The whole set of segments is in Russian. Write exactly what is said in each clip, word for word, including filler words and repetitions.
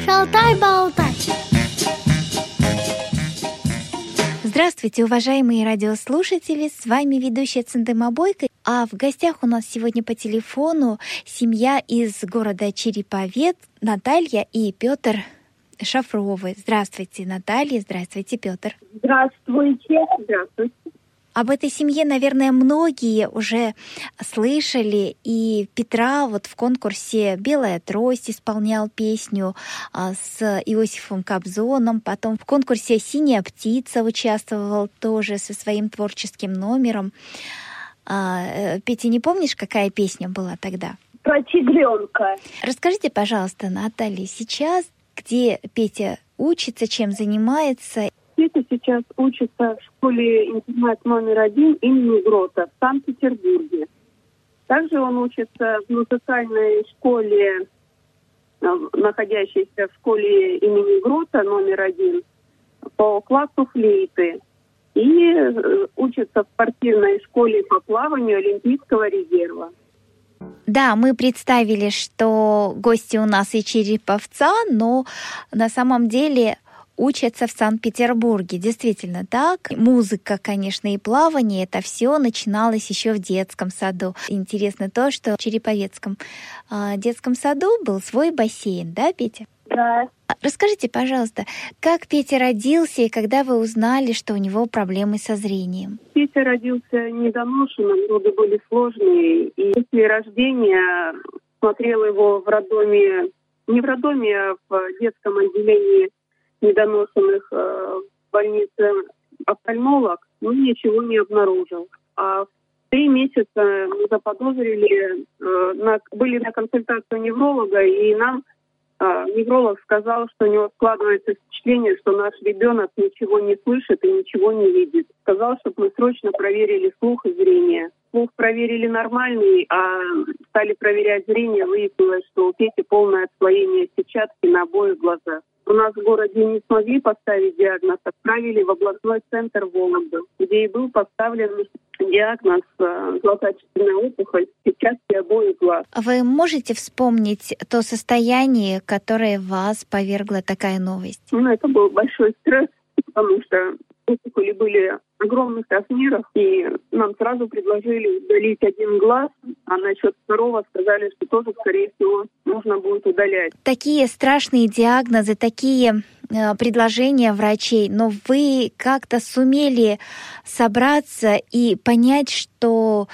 Шалтай-болтай. Здравствуйте, уважаемые радиослушатели, с вами ведущая Цендема Бойко, а в гостях у нас сегодня по телефону семья из города Череповец, Наталья и Петр Шафровы. Здравствуйте, Наталья, здравствуйте, Петр. Здравствуйте, здравствуйте. Об этой семье, наверное, многие уже слышали, и Петра вот в конкурсе «Белая трость» исполнял песню а, с Иосифом Кобзоном, потом в конкурсе «Синяя птица» участвовал тоже со своим творческим номером. А, Петя, не помнишь, какая песня была тогда? Про тигренка. Расскажите, пожалуйста, Наталья, сейчас где Петя учится, чем занимается? Петя сейчас учится в школе-интернат номер один имени Грота в Санкт-Петербурге. Также он учится в музыкальной школе, находящейся в школе имени Грота номер один по классу флейты. И учится в спортивной школе по плаванию Олимпийского резерва. Да, мы представили, что гости у нас и Череповца, но на самом деле учатся в Санкт-Петербурге. Действительно так. Музыка, конечно, и плавание, это все начиналось еще в детском саду. Интересно то, что в Череповецком э, детском саду был свой бассейн, да, Петя? Да. Расскажите, пожалуйста, как Петя родился и когда вы узнали, что у него проблемы со зрением? Петя родился недоношенным, роды были сложные. И после рождения смотрел его в роддоме, не в роддоме, а в детском отделении недоношенных э, в больнице офтальмолог, но ничего не обнаружил. А в три месяца мы заподозрили, э, на, были на консультацию невролога, и нам э, невролог сказал, что у него складывается впечатление, что наш ребенок ничего не слышит и ничего не видит. Сказал, чтобы мы срочно проверили слух и зрение. Слух проверили нормальный, а стали проверять зрение, выяснилось, что у Пети полное отслоение сетчатки на обоих глазах. У нас в городе не смогли поставить диагноз, отправили в областной центр Вологду, где и был поставлен диагноз злокачественная опухоль сетчатки обоих глаз. Вы можете вспомнить то состояние, которое вас повергло такая новость? Ну, это был большой стресс, потому что опухоли были огромных размеров, и нам сразу предложили удалить один глаз, а насчет второго сказали, что тоже, скорее всего, нужно будет удалять. Такие страшные диагнозы, такие э, предложения врачей, но вы как-то сумели собраться и понять, что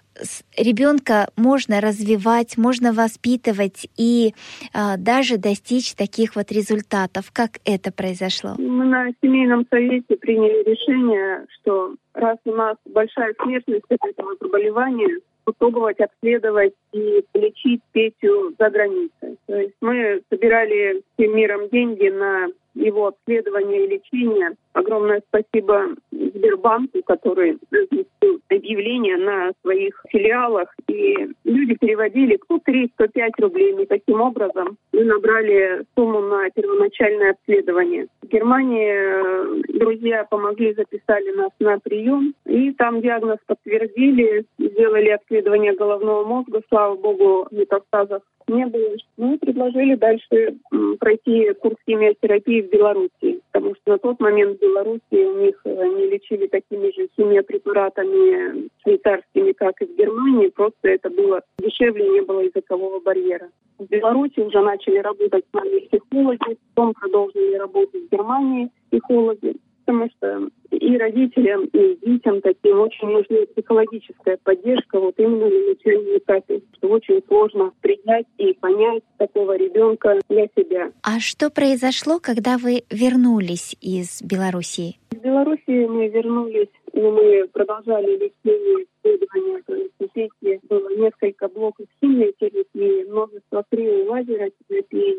ребенка можно развивать, можно воспитывать и а, даже достичь таких вот результатов. Как это произошло? Мы на семейном совете приняли решение, что раз у нас большая смертность этого заболевания, попробовать обследовать и лечить Петю за границей. То есть мы собирали всем миром деньги на его обследование и лечение. Огромное спасибо Сбербанку, который разместил объявления на своих филиалах. И люди переводили кто три, кто пять рублей. И таким образом мы набрали сумму на первоначальное обследование. В Германии друзья помогли, записали нас на прием. И там диагноз подтвердили, сделали обследование головного мозга. Слава богу, метастазов не было. Мы предложили дальше пройти курс химиотерапии в Беларуси, потому что на тот момент в Беларуси у них не лечили такими же химиопрепаратами швейцарскими, как и в Германии, просто это было дешевле, не было языкового барьера. В Беларуси уже начали работать с нами психологи, потом продолжили работать в Германии психологи, потому что и родителям, и детям таким очень нужна психологическая поддержка вот именно на начальном этапе, что очень сложно принять и понять такого ребенка для себя. А что произошло, когда вы вернулись из Белоруссии? В Белоруссии мы вернулись, но мы продолжали лечение, исследования. То есть в Пете было несколько блоков химиотерапии, множество крио- и лазеротерапии,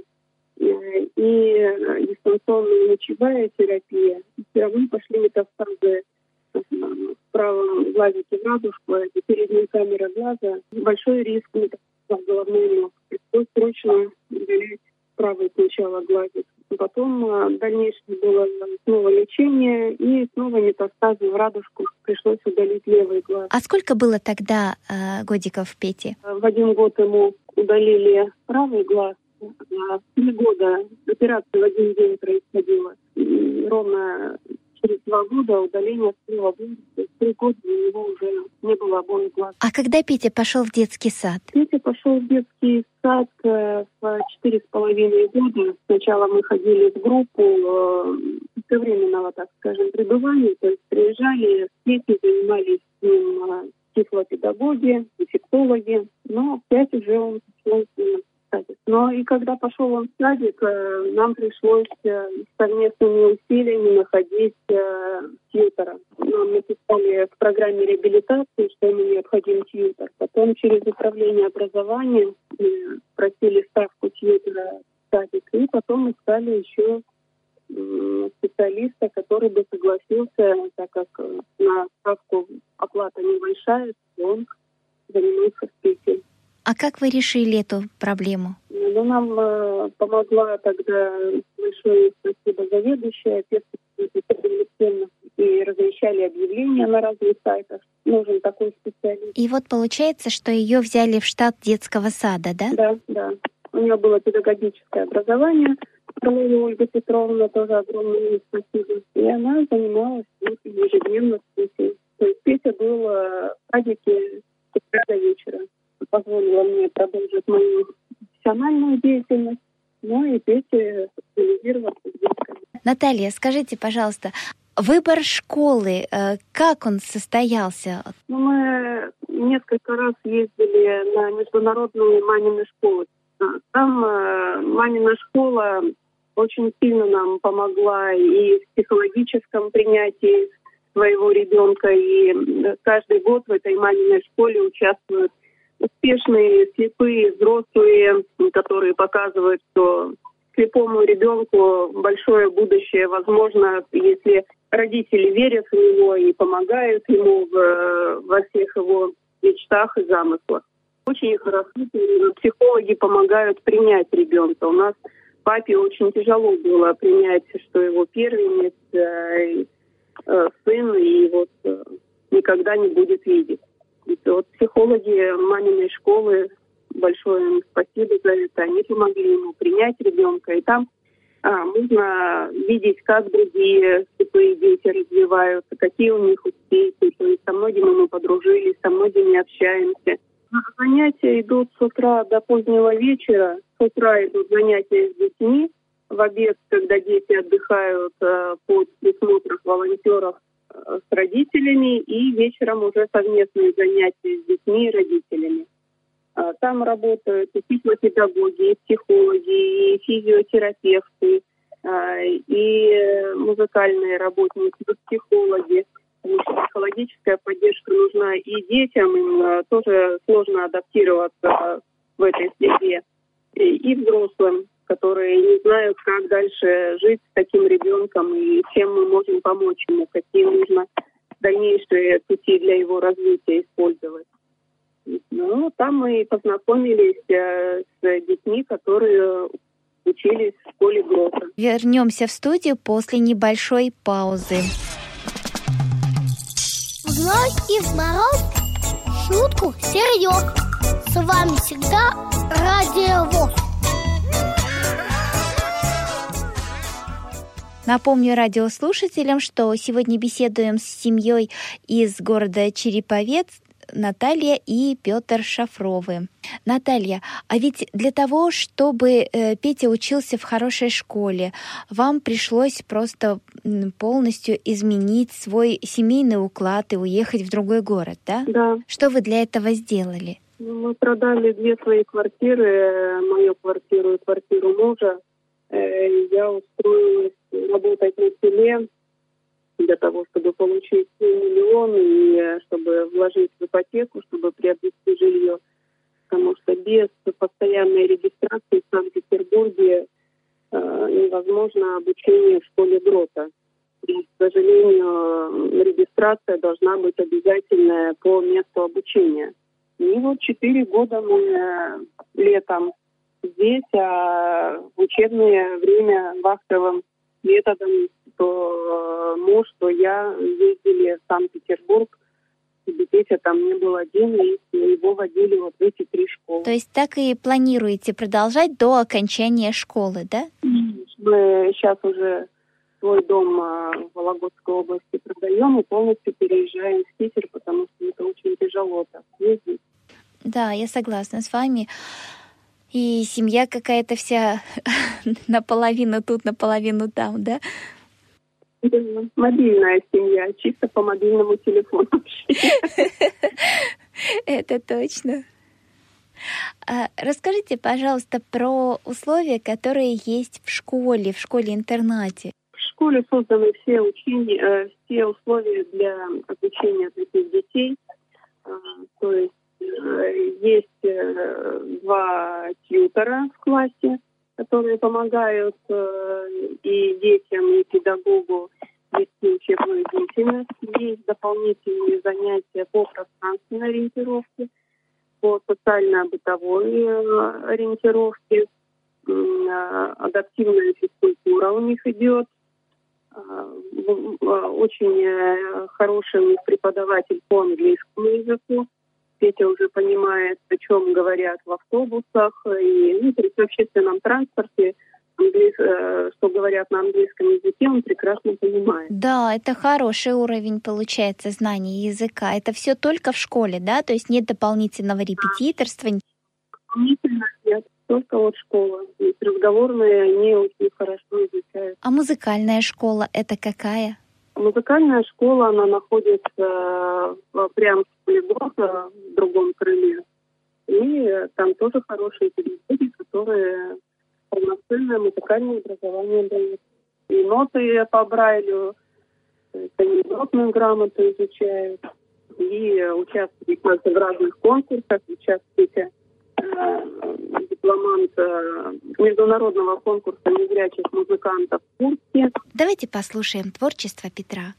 и дистанционная лучевая терапия. Все равно пошли метастазы в правом глазике в радужку, это передняя камера глаза. Большой риск метастазов в головной мозг. Пришлось срочно удалять правый сначала глазик. Потом дальнейшее было снова лечение и снова метастазы в радужку. Пришлось удалить левый глаз. А сколько было тогда э, годиков Пете? В один год ему удалили правый глаз, А три года операция в один день происходила. И ровно через два года удаление слива глаза. Три года у него уже не было обоих глаз. А когда Петя пошел в детский сад? Петя пошел в детский сад в четыре с половиной года. Сначала мы ходили в группу современного, так скажем, пребывания. То есть приезжали с Петей, занимались с ним тифлопедагоги, дефектологи. Но в пять уже он пошел в садик. Но и когда пошел он в садик, нам пришлось совместными усилиями находить тьютора. Нам написали в программе реабилитации, что ему необходим тьютор. Потом через управление образованием просили ставку тьютора в садик. И потом искали еще специалиста, который бы согласился, так как на ставку оплата небольшая, он занимается в Питере. А как вы решили эту проблему? Ну, нам э, помогла тогда большое спасибо заведующая, и размещали объявления на разных сайтах. Нужен такой специалист. И вот получается, что ее взяли в штат детского сада, да? Да, да. У нее было педагогическое образование. Крылова Ольга Петровна, тоже огромное спасибо. И она занималась ежедневно с Петей. То есть Петя был в садике с утра до вечера. Позволила мне продолжить мою профессиональную деятельность, ну и Петя социализироваться с детками. Наталья, скажите, пожалуйста, выбор школы, как он состоялся? Ну, мы несколько раз ездили на международные мамины школы. Там мамина школа очень сильно нам помогла и в психологическом принятии своего ребенка. И каждый год в этой маминой школе участвуют успешные слепые взрослые, которые показывают, что слепому ребенку большое будущее возможно, если родители верят в него и помогают ему в, во всех его мечтах и замыслах. Очень хорошо, психологи помогают принять ребенка. У нас папе очень тяжело было принять, что его первенец, э, э, сын, и вот э, никогда не будет видеть. И вот психологи маминой школы, большое им спасибо за это, они помогли ему принять ребенка. И там а, можно видеть, как другие слепые дети развиваются, какие у них успехи. То есть со многими мы подружились, со многими общаемся. Занятия идут с утра до позднего вечера. С утра идут занятия с детьми. В обед, когда дети отдыхают э, под присмотром волонтеров э, с родителями. И вечером уже совместные занятия с детьми и родителями. Э, там работают и психопедагоги, и психологи, и физиотерапевты, э, и музыкальные работники, и психологи. Потому что психологическая поддержка нужна и детям, им тоже сложно адаптироваться в этой среде, и взрослым, которые не знают, как дальше жить с таким ребенком и чем мы можем помочь ему, какие нужно дальнейшие пути для его развития использовать. Ну, там мы познакомились с детьми, которые учились в школе Грота. Вернемся в студию после небольшой паузы. Вновь и в мороз шутку серьез. С вами всегда Радио ВОС. Напомню радиослушателям, что сегодня беседуем с семьей из города Череповец, Наталья и Петр Шафровы. Наталья, а ведь для того, чтобы э, Петя учился в хорошей школе, вам пришлось просто полностью изменить свой семейный уклад и уехать в другой город, да? Да. Что вы для этого сделали? Мы продали две свои квартиры, мою квартиру и квартиру мужа. Я устроилась работать на селе для того, чтобы получить миллион и чтобы вложить в ипотеку, чтобы приобрести жилье. Потому что без постоянной регистрации в Санкт-Петербурге э, невозможно обучение в школе Грота. И, к сожалению, регистрация должна быть обязательная по месту обучения. И вот четыре года мы летом здесь, а в учебное время вахтовым методом то муж, то я ездили в Санкт-Петербург чтобы Петя там не был один, и его водили вот в эти три школы. То есть так и планируете продолжать до окончания школы, да? Мы сейчас уже свой дом в Вологодской области продаем и полностью переезжаем в Питер, потому что это очень тяжело так ездить. Да, я согласна с вами. И семья какая-то вся наполовину тут, наполовину там, да? Да, мобильная семья, чисто по мобильному телефону. Это точно. А расскажите, пожалуйста, про условия, которые есть в школе, в школе-интернате. В школе созданы все, учения, все условия для обучения таких детей. То есть есть два тьютора в классе, которые помогают и детям, и педагогу вести учебную деятельность. Есть дополнительные занятия по пространственной ориентировке, по социально-бытовой ориентировке. Адаптивная физкультура у них идет. Очень хороший у них преподаватель по английскому языку. Петя уже понимает, о чем говорят в автобусах и ну, в общественном транспорте, английс... что говорят на английском языке, он прекрасно понимает. Да, это хороший уровень, получается, знаний языка. Это все только в школе, да? То есть нет дополнительного репетиторства? Дополнительно нет, только вот школа. И разговорные они очень хорошо изучают. А музыкальная школа это какая? Музыкальная школа, она находится э, прямо в полигоне, в другом крыле. И там тоже хорошие педагоги, которые полноценное музыкальное образование дают. И ноты по Брайлю, они нотную грамоту изучают. И участвуют в разных конкурсах. Участвуете э, дипломант э, международного конкурса незрячих музыкантов в Курске. Давайте послушаем творчество Петра.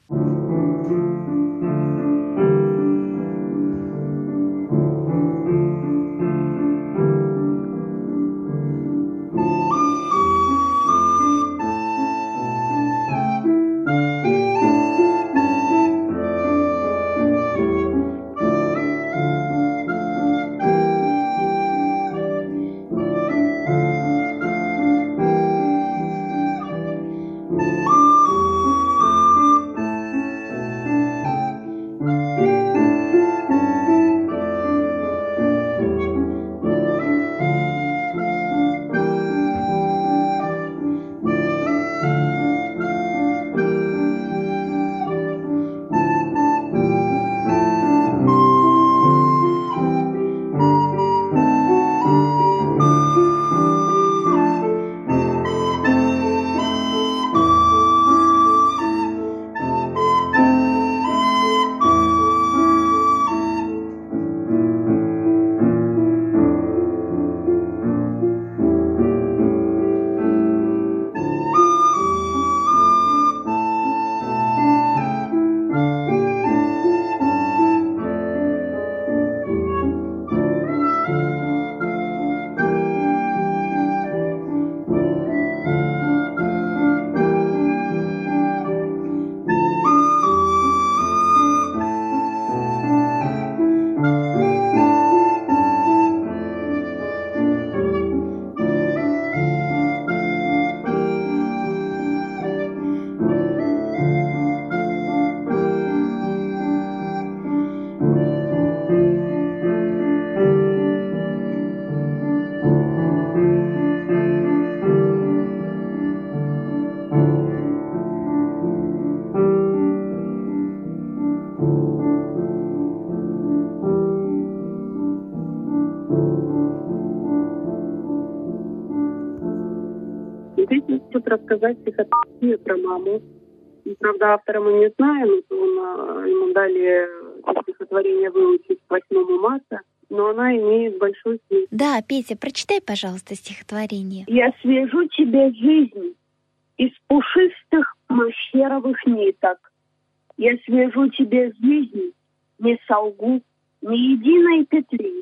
Рассказать стихотворение про маму. И, правда, автора мы не знаем, он, ему дали стихотворение выучить к восьмому марта, но она имеет большой смысл. Да, Петя, прочитай, пожалуйста, стихотворение. «Я свяжу тебе жизнь из пушистых махеровых ниток. Я свяжу тебе жизнь, не солгу, ни единой петли.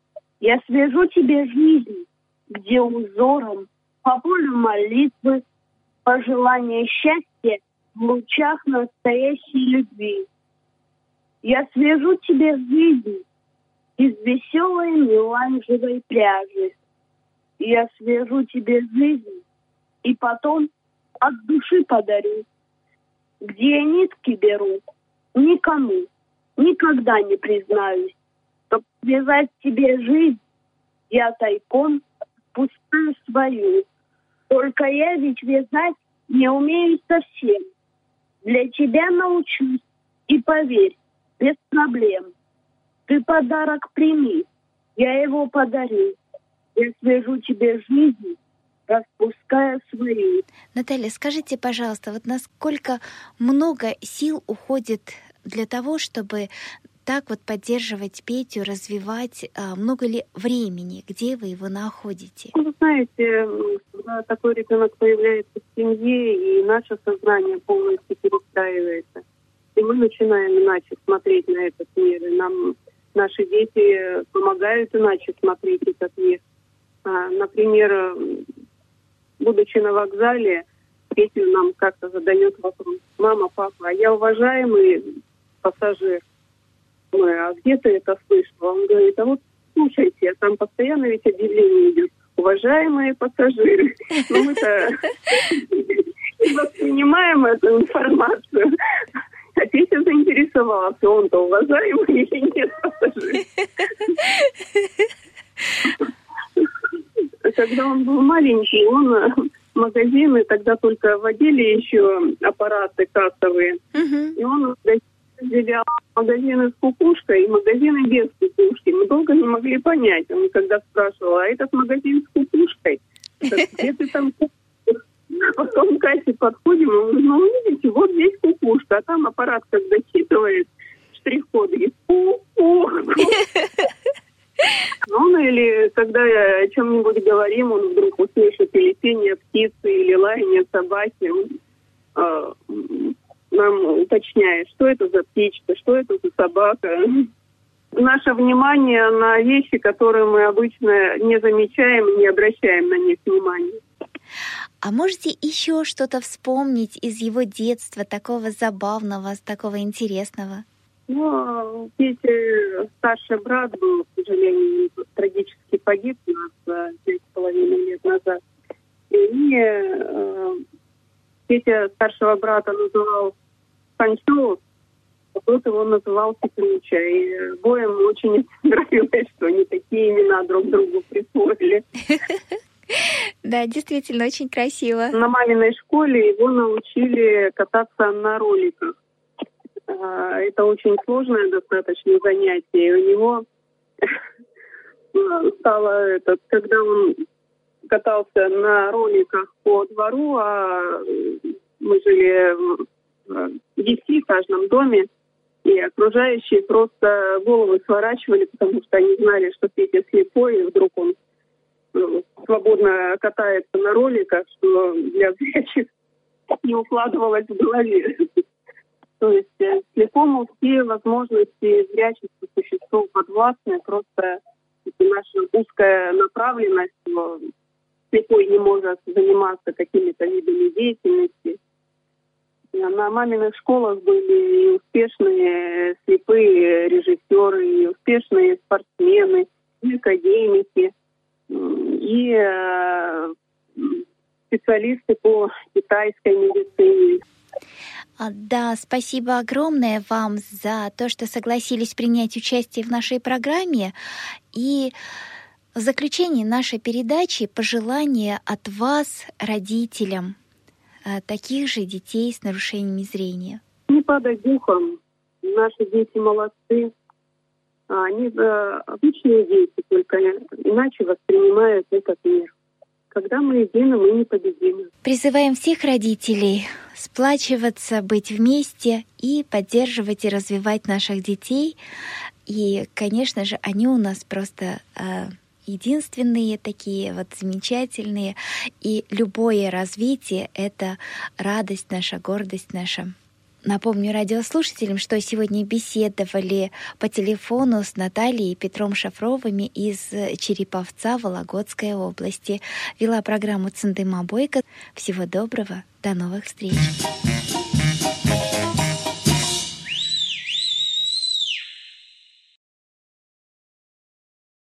Я свяжу тебе жизнь, где узором по полю молитвы пожелание счастья в лучах настоящей любви. Я свяжу тебе жизнь из веселой меланжевой пряжи. Я свяжу тебе жизнь и потом от души подарю. Где я нитки беру, никому никогда не признаюсь. Чтоб связать тебе жизнь, я тайком пускаю свою. Только я ведь вязать не умею совсем. Для тебя научусь, и поверь, без проблем. Ты подарок прими, я его подарю. Я свяжу тебе жизнь, распуская свою. Наталья, скажите, пожалуйста, вот насколько много сил уходит для того, чтобы так вот поддерживать Петю, развивать, а, много ли времени, где вы его находите? Вы знаете, когда такой ребенок появляется в семье, и наше сознание полностью перестраивается, и мы начинаем иначе смотреть на этот мир, и нам наши дети помогают иначе смотреть этот мир. А, например, будучи на вокзале, Петя нам как-то задает вопрос: мама, папа, а я уважаемый пассажир. Ой, а где ты это слышал? Он говорит: а вот слушайте, там постоянно ведь объявление идет: уважаемые пассажиры. Но мы-то не воспринимаем эту информацию. А Петя заинтересовался, он-то уважаемый или нет пассажир. Когда он был маленький, он в магазины тогда только вводили еще аппараты кассовые. И он разделял магазины с кукушкой и магазины без кукушки. Мы долго не могли понять. Он когда спрашивал: а этот магазин с кукушкой? Где ты там кукушка? Потом к кассе подходим, он говорит: ну, видите, вот здесь кукушка. А там аппарат, когда считывает штрих-код, и ку-ку. Ну, или когда о чем-нибудь говорим, он вдруг услышит или пение птицы, или лаяние собаки. Он э, нам уточняет, что это за птичка, что это за собака. Наше внимание на вещи, которые мы обычно не замечаем, не обращаем на них внимания. А можете еще что-то вспомнить из его детства, такого забавного, такого интересного? Ну, Петя, старший брат был, к сожалению, трагически погиб у нас пять с половиной лет назад. И мне э, Петя старшего брата называл Панчо, а тот его называл Петруча. И боем очень нравилось, что они такие имена друг другу присвоили. Да, действительно, очень красиво. На маминой школе его научили кататься на роликах. Это очень сложное достаточно занятие. И у него стало это, когда он катался на роликах по двору, а мы жили в десятиэтажном доме, и окружающие просто головы сворачивали, потому что они знали, что Петя слепой, и вдруг он свободно катается на роликах, что для зрячих не укладывалось в голове. То есть слепому все возможности зрячего существу подвластны, просто наша узкая направленность, что слепой не может заниматься какими-то видами деятельности. На маминых школах были и успешные слепые режиссеры, и успешные спортсмены, и академики, и э, специалисты по китайской медицине. Да, спасибо огромное вам за то, что согласились принять участие в нашей программе. И в заключение нашей передачи пожелание от вас родителям таких же детей с нарушениями зрения. Не падать духом. Наши дети молодцы. Они обычные дети, только иначе воспринимают этот мир. Когда мы едины, мы непобедимы. Призываем всех родителей сплачиваться, быть вместе и поддерживать и развивать наших детей. И, конечно же, они у нас просто э, единственные такие вот замечательные. И любое развитие — это радость наша, гордость наша. Напомню радиослушателям, что сегодня беседовали по телефону с Натальей и Петром Шафровыми из Череповца Вологодской области. Вела программу Цындыма Бойко. Всего доброго, до новых встреч!